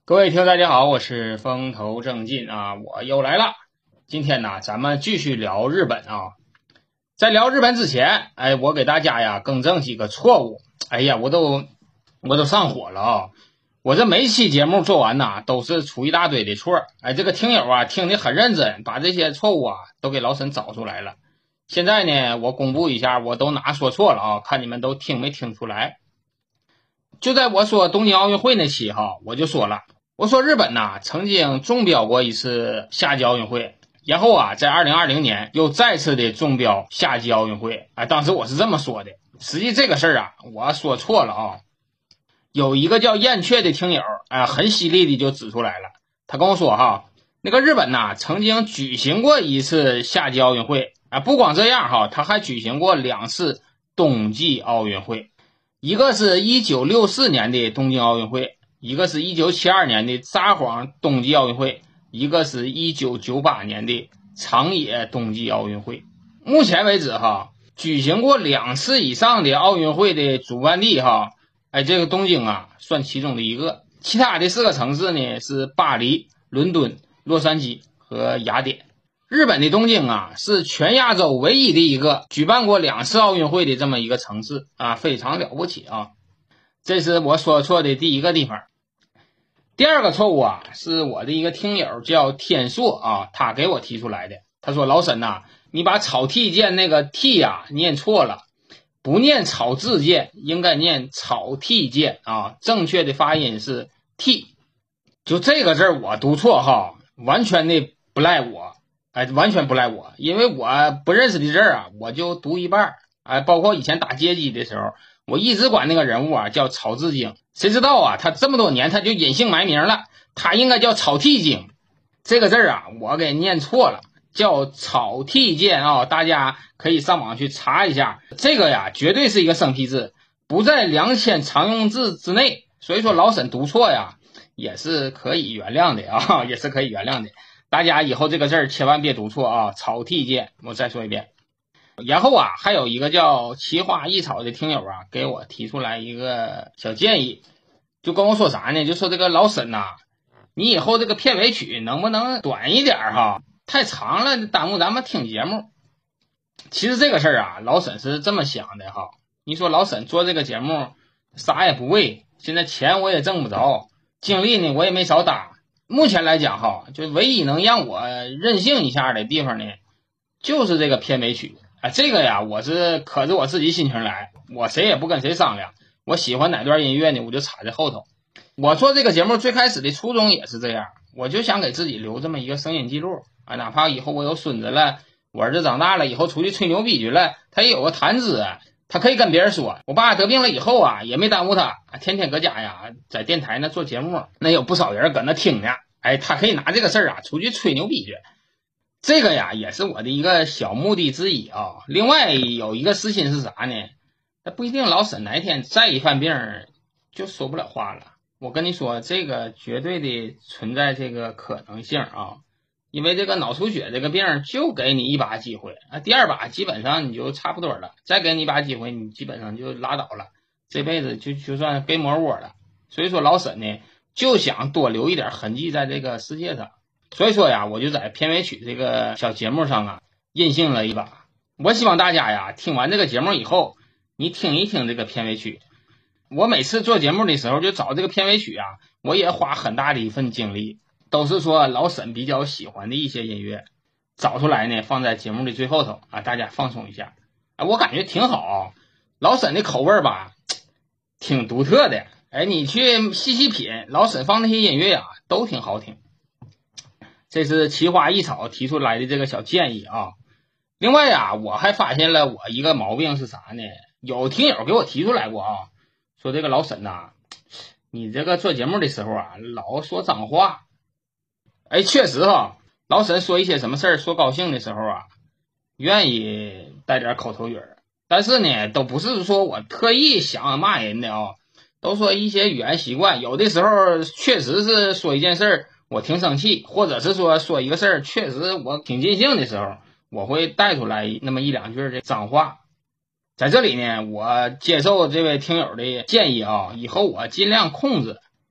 各位听众大家好，我是风头正劲啊，我又来了。今天呢，咱们继续聊日本啊。在聊日本之前，我给大家呀更正几个错误。我都上火了啊！我这每期节目做完呐，都是出一大堆的错。这个听友啊听得很认真，把这些错误啊都给老沈找出来了。现在呢，我公布一下，我都哪说错了啊？看你们都听没听出来？就在我说东京奥运会那期哈，我就说了。我说日本呐曾经中标过一次夏季奥运会，然后啊在2020年又再次的中标夏季奥运会。当时我是这么说的，实际这个事儿啊我说错了啊。有一个叫燕雀的听友很犀利的就指出来了，他跟我说哈，那个日本呐曾经举行过一次夏季奥运会不光这样哈，他还举行过2次冬季奥运会，一个是1964年的东京奥运会，一个是1972年的札幌冬季奥运会，一个是1998年的长野冬季奥运会。目前为止哈，举行过2次以上的奥运会的主办地哈，这个东京啊算其中的一个，其他的4个城市呢是巴黎、伦敦、洛杉矶和雅典。日本的东京啊是全亚洲唯一的一个举办过2次奥运会的这么一个城市非常了不起啊。这是我说错的第一个地方。第二个错误是我的一个听友叫天硕他给我提出来的。他说老沈你把草剃剑那个剃念错了，不念草字剑，应该念草剃剑正确的发音是剃。就这个字我读错哈，完全的不赖我，完全不赖我，因为我不认识的字我就读一半包括以前打街机的时候，我一直管那个人物叫草字经，谁知道他这么多年他就隐姓埋名了，他应该叫草剃经。这个字我给念错了，叫草剃剑大家可以上网去查一下，这个绝对是一个生僻字，不在2000常用字之内，所以说老沈读错也是可以原谅的也是可以原谅的。大家以后这个字千万别读错草剃剑，我再说一遍。然后还有一个叫奇花异草的听友给我提出来一个小建议，就跟我说啥呢，就说这个老沈你以后这个片尾曲能不能短一点太长了耽误咱们听节目。其实这个事儿老沈是这么想的你说老沈做这个节目啥也不为，现在钱我也挣不着，精力呢我也没少搭，目前来讲就唯一能让我任性一下的地方呢就是这个片尾曲这个我是可着我自己心情来，我谁也不跟谁商量，我喜欢哪段音乐呢我就插在后头。我做这个节目最开始的初衷也是这样，我就想给自己留这么一个声音记录哪怕以后我有孙子了，我儿子长大了以后出去吹牛逼去了，他也有个谈资他可以跟别人说我爸得病了以后也没耽误他天天搁家在电台那做节目，那有不少人搁那听呢他可以拿这个事儿出去吹牛逼去。这个也是我的一个小目的之一另外有一个私心是啥呢，那不一定老沈哪天再一犯病就说不了话了，我跟你说这个绝对的存在这个可能性因为这个脑出血这个病就给你一把机会第二把基本上你就差不多了，再给你一把机会你基本上就拉倒了，这辈子就算给抹窝了。所以说老沈呢就想多留一点痕迹在这个世界上，所以说我就在片尾曲这个小节目上任性了一把。我希望大家听完这个节目以后，你听一听这个片尾曲。我每次做节目的时候就找这个片尾曲我也花很大的一份精力，都是说老沈比较喜欢的一些音乐，找出来呢放在节目的最后头大家放松一下我感觉挺好老沈的口味挺独特的你去细细品，老沈放那些音乐都挺好听。这是奇花异草提出来的这个小建议另外我还发现了我一个毛病是啥呢，有听友给我提出来过说这个老沈你这个做节目的时候老说脏话确实老沈说一些什么事儿说高兴的时候愿意带点口头语但是呢都不是说我特意想骂人的都说一些语言习惯，有的时候确实是说一件事儿我挺生气，或者是说一个事儿确实我挺尽兴的时候，我会带出来那么1-2句的脏话。在这里呢我接受这位听友的建议以后我尽量控制，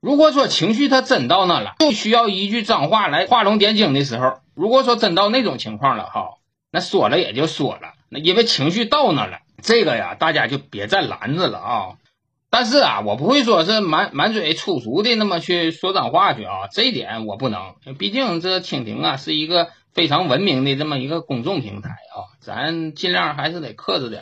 如果说情绪他真到那了，就需要一句脏话来画龙点睛的时候，如果说真到那种情况了哈，那说了也就说了，那因为情绪到那了，这个呀大家就别再拦着了啊。但是啊，我不会说是满嘴粗俗的那么去说脏话去啊，这一点我不能，毕竟这蜻蜓啊是一个非常文明的这么一个公众平台啊，咱尽量还是得克制点。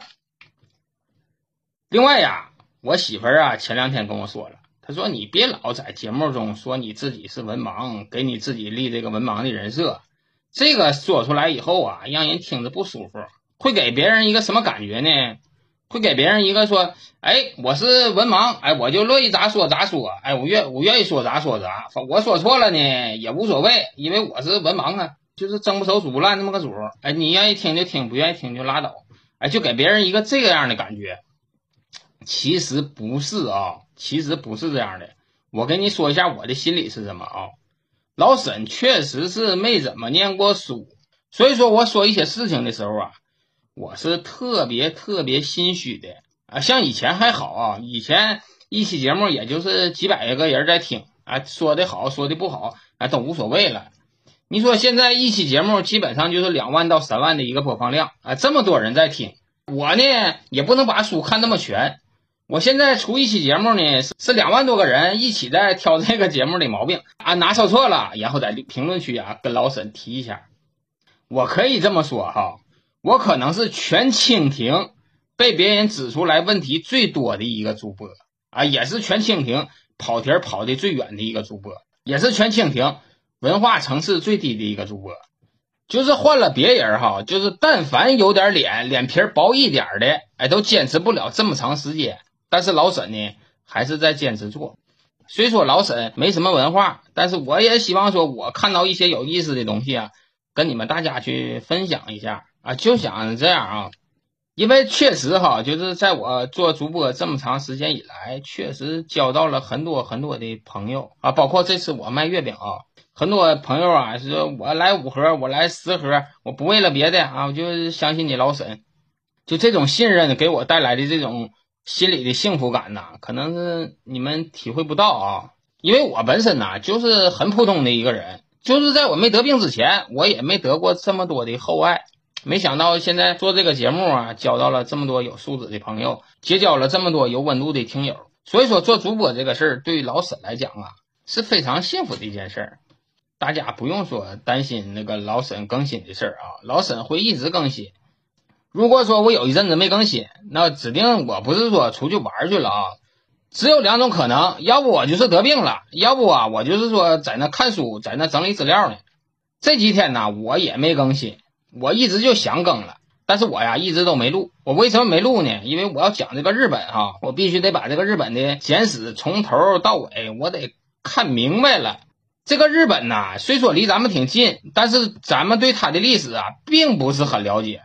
另外呀，我媳妇儿啊前2天跟我说了，她说你别老在节目中说你自己是文盲，给你自己立这个文盲的人设，这个说出来以后啊，让人听着不舒服，会给别人一个什么感觉呢？会给别人一个说，哎，我是文盲，哎，我就乐意咋说咋说，哎，我愿意说咋说咋，我说错了呢也无所谓，因为我是文盲啊，就是蒸不熟煮不烂那么个主，哎，你愿意听就听，不愿意听就拉倒，哎，就给别人一个这个样的感觉。其实不是啊，其实不是这样的。我跟你说一下我的心理是什么啊？老沈确实是没怎么念过书，所以说我说一些事情的时候啊，我是特别心虚的啊。像以前还好啊，以前一期节目也就是几百个人在听啊，说的好说的不好啊都无所谓了。你说现在一期节目基本上就是2万到3万的一个播放量啊，这么多人在听，我呢也不能把书看那么全。我现在出一期节目呢，是2万多个人一起在挑这个节目的毛病啊，哪说错了，然后在评论区啊跟老沈提一下。我可以这么说哈，我可能是全蜻蜓被别人指出来问题最多的一个主播啊，也是全蜻蜓跑题跑的最远的一个主播，也是全蜻蜓文化层次最低的一个主播。就是换了别人哈，就是但凡有点脸皮薄一点的，哎，都坚持不了这么长时间。但是老沈呢，还是在坚持做。虽说老沈没什么文化，但是我也希望说，我看到一些有意思的东西啊，跟你们大家去分享一下啊，就想这样啊。因为确实哈，就是在我做主播这么长时间以来，确实交到了很多的朋友啊，包括这次我卖月饼啊，很多朋友啊是说我来5盒，我来10盒，我不为了别的啊，我就相信你老沈，就这种信任给我带来的这种心里的幸福感呐，可能是你们体会不到啊。因为我本身呐就是很普通的一个人，就是在我没得病之前，我也没得过这么多的厚爱。没想到现在做这个节目啊，交到了这么多有素质的朋友，结交了这么多有温度的听友。所以说做主播这个事儿，对于老沈来讲啊，是非常幸福的一件事儿。大家不用说担心那个老沈更新的事儿啊，老沈会一直更新。如果说我有一阵子没更新，那指定我不是说出去玩去了啊，只有2种可能，要不我就是得病了，要不啊我就是说在那看书，在那整理资料呢。这几天呢我也没更新，我一直就想更了，但是我呀一直都没录。我为什么没录呢？因为我要讲这个日本哈，我必须得把这个日本的简史从头到尾我得看明白了。这个日本呐，虽说离咱们挺近，但是咱们对它的历史啊并不是很了解。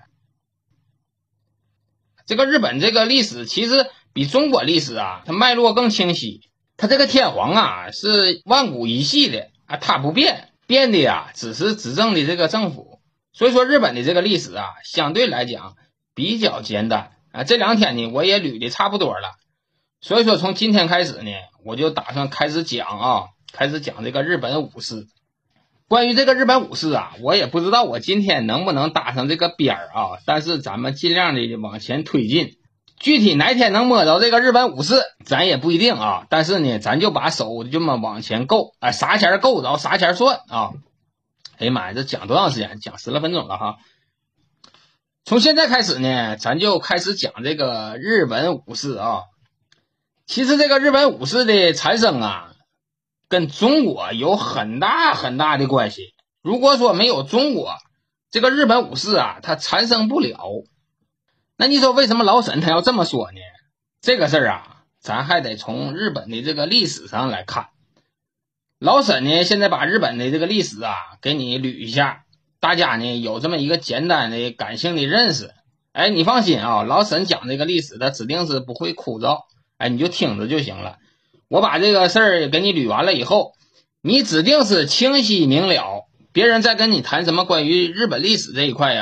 这个日本这个历史其实比中国历史啊它脉络更清晰。它这个天皇啊是万古一系的啊，它不变，变的呀只是执政的这个政府。所以说日本的这个历史啊相对来讲比较简单啊。这2天呢我也捋的差不多了，所以说从今天开始呢，我就打算开始讲这个日本武士。关于这个日本武士啊，我也不知道我今天能不能搭上这个边儿啊，但是咱们尽量的往前推进。具体哪天能摸着这个日本武士，咱也不一定啊。但是呢，咱就把手这么往前够，哎，啥钱够着啥钱算啊。哎呀妈呀，这讲多长时间？讲10来分钟了哈。从现在开始呢，咱就开始讲这个日本武士啊。其实这个日本武士的产生啊，跟中国有很大的关系。如果说没有中国，这个日本武士啊，它产生不了。那你说为什么老沈他要这么说呢？这个事儿啊，咱还得从日本的这个历史上来看。老沈呢，现在把日本的这个历史啊，给你捋一下，大家呢有这么一个简单的感性的认识。哎，你放心啊，老沈讲这个历史，他指定是不会枯燥。哎，你就听着就行了。我把这个事儿给你捋完了以后，你指定是清晰明了。别人在跟你谈什么关于日本历史这一块呀，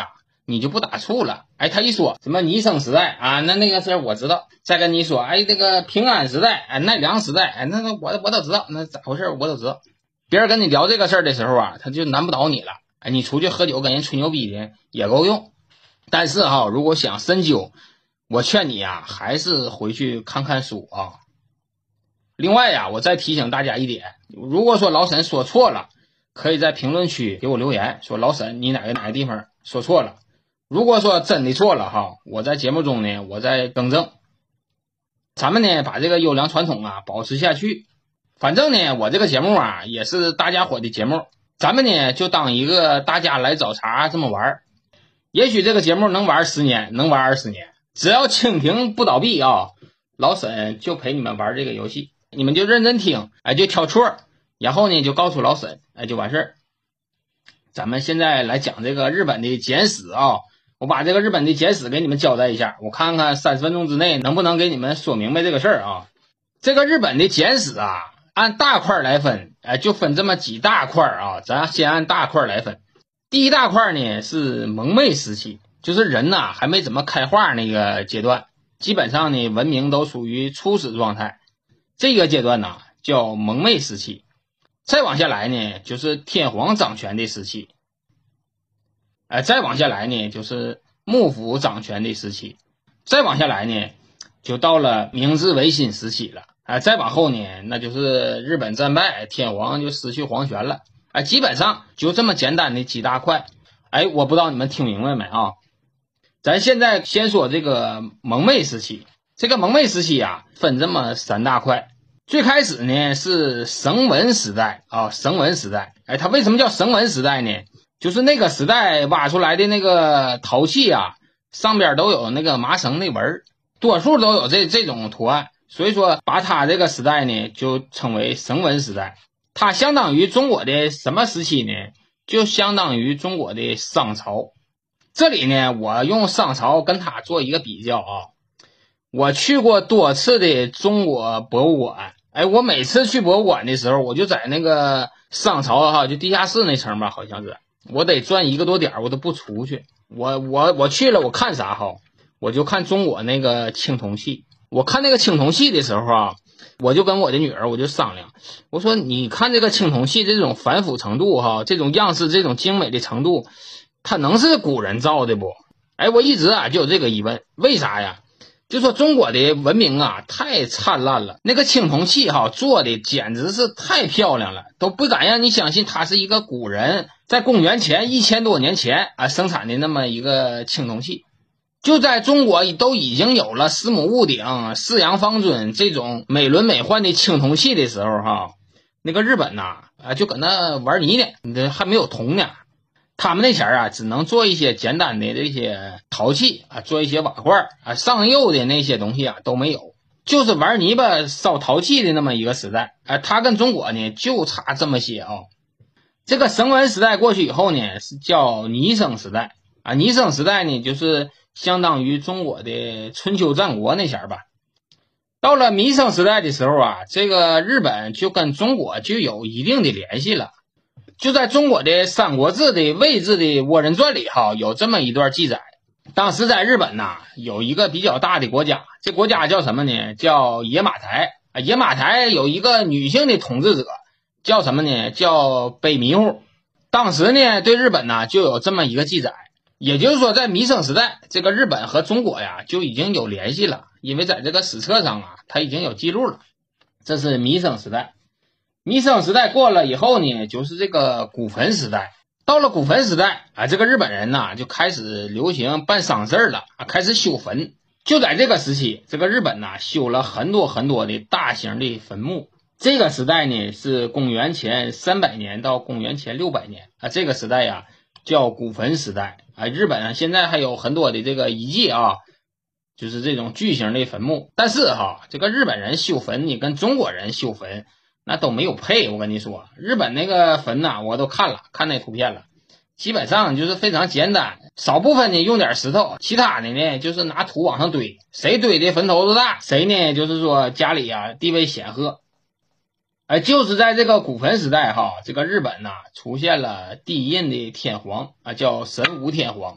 你就不打怵了。哎，他一说什么弥生时代啊，那个事儿我知道。再跟你说，哎，这个平安时代，哎，奈良时代，哎，那我都知道，那咋回事我都知道。别人跟你聊这个事儿的时候啊，他就难不倒你了。哎，你出去喝酒跟人吹牛逼的也够用。但是哈，如果想深究，我劝你啊，还是回去看看书啊。另外呀，我再提醒大家一点，如果说老沈说错了，可以在评论区给我留言，说老沈你哪个地方说错了。如果说真的错了哈，我在节目中呢，我再更正。咱们呢，把这个优良传统啊保持下去。反正呢，我这个节目啊也是大家伙的节目，咱们呢就当一个大家来找茬这么玩。也许这个节目能玩10年，能玩20年，只要蜻蜓不倒闭啊，老沈就陪你们玩这个游戏。你们就认真听，哎，就挑错，然后呢就告诉老沈，哎，就完事儿。咱们现在来讲这个日本的简史啊，我把这个日本的简史给你们交代一下，我看看30分钟之内能不能给你们说明白这个事儿啊。这个日本的简史啊，按大块来分，哎，就分这么几大块啊，咱先按大块来分。第一大块呢是蒙昧时期，就是人呐还没怎么开化那个阶段，基本上呢文明都属于初始状态。这个阶段呢叫蒙昧时期，再往下来呢就是天皇掌权的时期，再往下来呢就是幕府掌权的时期，再往下来呢就到了明治维新时期了，再往后呢那就是日本战败，天皇就失去皇权了，基本上就这么简单的几大块。我不知道你们听明白没啊？咱现在先说这个蒙昧时期。这个蒙昧时期啊分这么3大块。最开始呢是绳文时代啊，绳文时代。它为什么叫绳文时代呢？就是那个时代挖出来的那个陶器啊，上边都有那个麻绳的纹，多数都有这种图案，所以说把它这个时代呢就称为绳文时代。它相当于中国的什么时期呢？就相当于中国的商朝。这里呢我用商朝跟它做一个比较啊。我去过多次的中国博物馆，我每次去博物馆的时候，我就在那个商朝哈，就地下室那层吧，好像是，我得转1个多点，我都不出去。我去了，我看啥哈？我就看中国那个青铜器。我看那个青铜器的时候啊，我就跟我的女儿我就商量，我说你看这个青铜器这种繁复程度哈，这种样式这种精美的程度，它能是古人造的不？我一直啊就有这个疑问，为啥呀？就说中国的文明啊太灿烂了，那个青铜器哈做的简直是太漂亮了，都不敢让你相信它是一个古人在公元前1000多年前生产的那么一个青铜器。就在中国都已经有了司母戊鼎、四羊方尊这种美轮美奂的青铜器的时候哈，那个日本呐就搁那玩泥呢，还没有铜呢。他们那前儿只能做一些简单的这些陶器做一些瓦罐上釉的那些东西都没有，就是玩泥巴烧陶器的那么一个时代。它跟中国呢就差这么些这个绳文时代过去以后呢是叫泥生时代泥生时代呢就是相当于中国的春秋战国那前儿吧。到了弥生时代的时候这个日本就跟中国就有一定的联系了。就在中国的《三国志》的魏志的倭人传里有这么一段记载，当时在日本有一个比较大的国家，这国家叫什么呢？叫野马台。野马台有一个女性的统治者，叫什么呢？叫北迷糊。当时呢对日本就有这么一个记载，也就是说在弥生时代，这个日本和中国就已经有联系了，因为在这个史册上它已经有记录了。这是弥生时代。弥生时代过了以后呢，就是这个古坟时代。到了古坟时代这个日本人就开始流行办丧事了开始修坟。就在这个时期，这个日本修了很多很多的大型的坟墓。这个时代呢是公元前300年到公元前600年这个时代叫古坟时代日本现在还有很多的这个遗迹就是这种巨型的坟墓。但是这个日本人修坟你跟中国人修坟那都没有配。我跟你说，日本那个坟我都看那图片了，基本上就是非常简单，少部分呢用点石头，其他的呢就是拿土往上堆，谁堆的坟头子大，谁呢就是说家里地位显赫。就是在这个古坟时代这个日本出现了第一任的天皇叫神武天皇。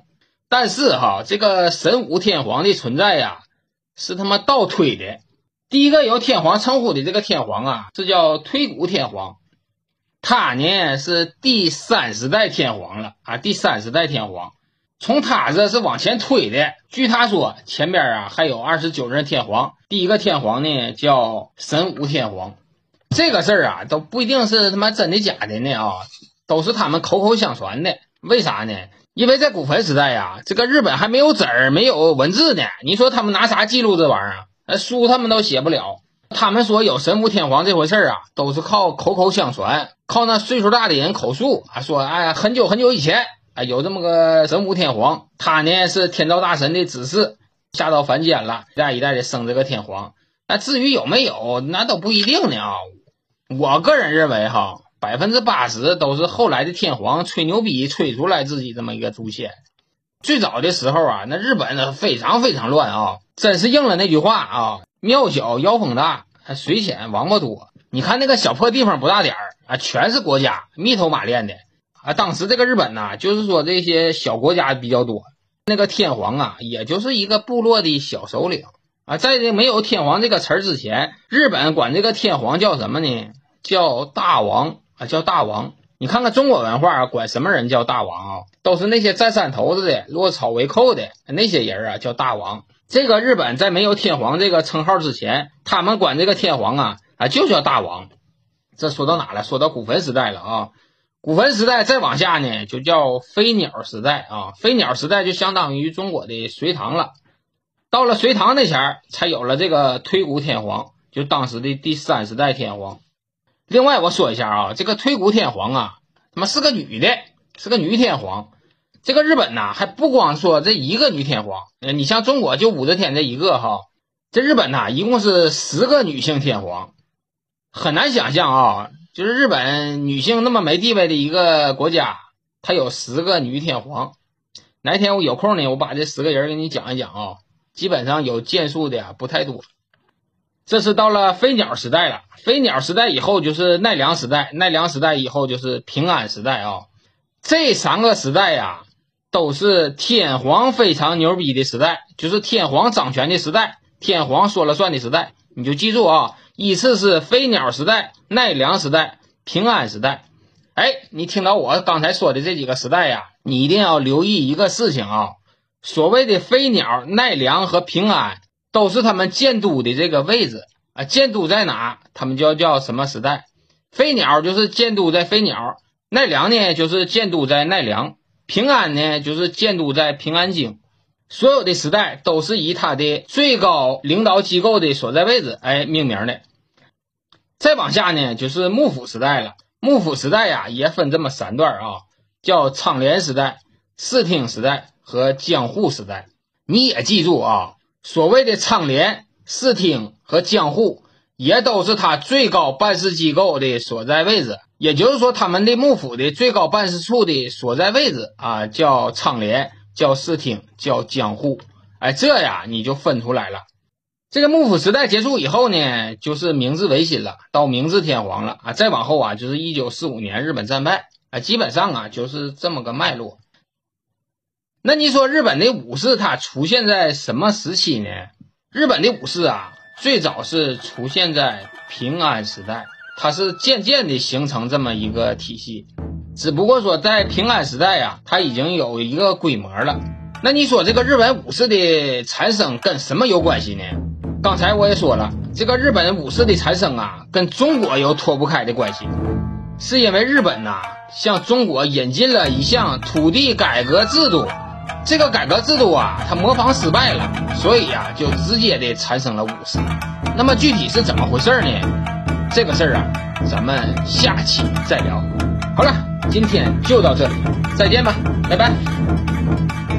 但是哈，这个神武天皇的存在呀，是他妈倒推的。第一个由天皇称呼的这个天皇啊，是叫推古天皇，他呢是第30代天皇了啊，第30代天皇。从他这是往前推的，据他说，前边啊还有29任天皇，第一个天皇呢叫神武天皇。这个事儿啊都不一定是他妈真的假的呢啊，都是他们口口相传的。为啥呢？因为在古坟时代呀，这个日本还没有纸儿，没有文字呢，你说他们拿啥记录这玩意儿啊？书他们都写不了。他们说有神武天皇这回事儿啊，都是靠口口相传，靠那岁数大的人口述啊，说哎很久很久以前有这么个神武天皇，他呢是天照大神的子嗣，下到凡间了，一代一代的生这个天皇。那至于有没有，那都不一定呢啊。我个人认为哈，80%都是后来的天皇吹牛逼吹出来自己这么一个祖先。最早的时候啊，那日本非常非常乱啊，真是应了那句话啊，庙小妖风大，水浅王八多。你看那个小破地方不大点儿啊，全是国家，密头马练的啊。当时这个日本呐，就是说这些小国家比较多，那个天皇啊，也就是一个部落的小首领啊。在这没有天皇这个词儿之前，日本管这个天皇叫什么呢？叫大王啊，叫大王。你看看中国文化管什么人叫大王啊？都是那些占山头子的、落草为寇的那些人啊，叫大王。这个日本在没有天皇这个称号之前，他们管这个天皇啊就叫大王。这说到哪了？说到古坟时代了啊。古坟时代再往下呢，就叫飞鸟时代啊。飞鸟时代就相当于中国的隋唐了。到了隋唐那前儿，才有了这个推古天皇，就当时的第30代天皇。另外我说一下啊，这个推古天皇啊，他妈是个女的，是个女天皇。这个日本呐，还不光说这一个女天皇，你像中国就武则天这一个哈，这日本呐一共是10个女性天皇。很难想象啊，就是日本女性那么没地位的一个国家，它有10个女天皇。哪一天我有空呢，我把这10个人给你讲一讲啊，基本上有建树的不太多。这是到了飞鸟时代了，飞鸟时代以后就是奈良时代，奈良时代以后就是平安时代啊。这3个时代呀，都是天皇非常牛逼的时代，就是天皇掌权的时代，天皇说了算的时代。你就记住啊，依次是飞鸟时代、奈良时代、平安时代。你听到我刚才说的这几个时代呀，你一定要留意一个事情啊，所谓的飞鸟、奈良和平安都是他们建都的这个位置啊，建都在哪，他们就叫什么时代。飞鸟就是建都在飞鸟，奈良呢就是建都在奈良，平安呢就是建都在平安京。所有的时代都是以它的最高领导机构的所在位置命名的。再往下呢就是幕府时代了。幕府时代呀也分这么3段啊，叫仓廉时代、室町时代和江户时代。你也记住啊，所谓的仓廉、室町和江户也都是他最高办事机构的所在位置，也就是说他们的幕府的最高办事处的所在位置啊，叫仓廉、叫室町、叫江户。这呀你就分出来了。这个幕府时代结束以后呢，就是明治维新了，到明治天皇了再往后啊就是1945年日本战败基本上啊就是这么个脉络。那你说日本的武士它出现在什么时期呢？日本的武士啊最早是出现在平安时代，它是渐渐的形成这么一个体系。只不过说在平安时代啊，它已经有一个规模了。那你说这个日本武士的产生跟什么有关系呢？刚才我也说了，这个日本武士的产生啊跟中国有脱不开的关系，是因为日本呐向中国引进了一项土地改革制度。这个改革制度啊它模仿失败了，所以啊就直接的产生了武士。那么具体是怎么回事呢？这个事儿啊咱们下期再聊。好了，今天就到这里，再见吧，拜拜。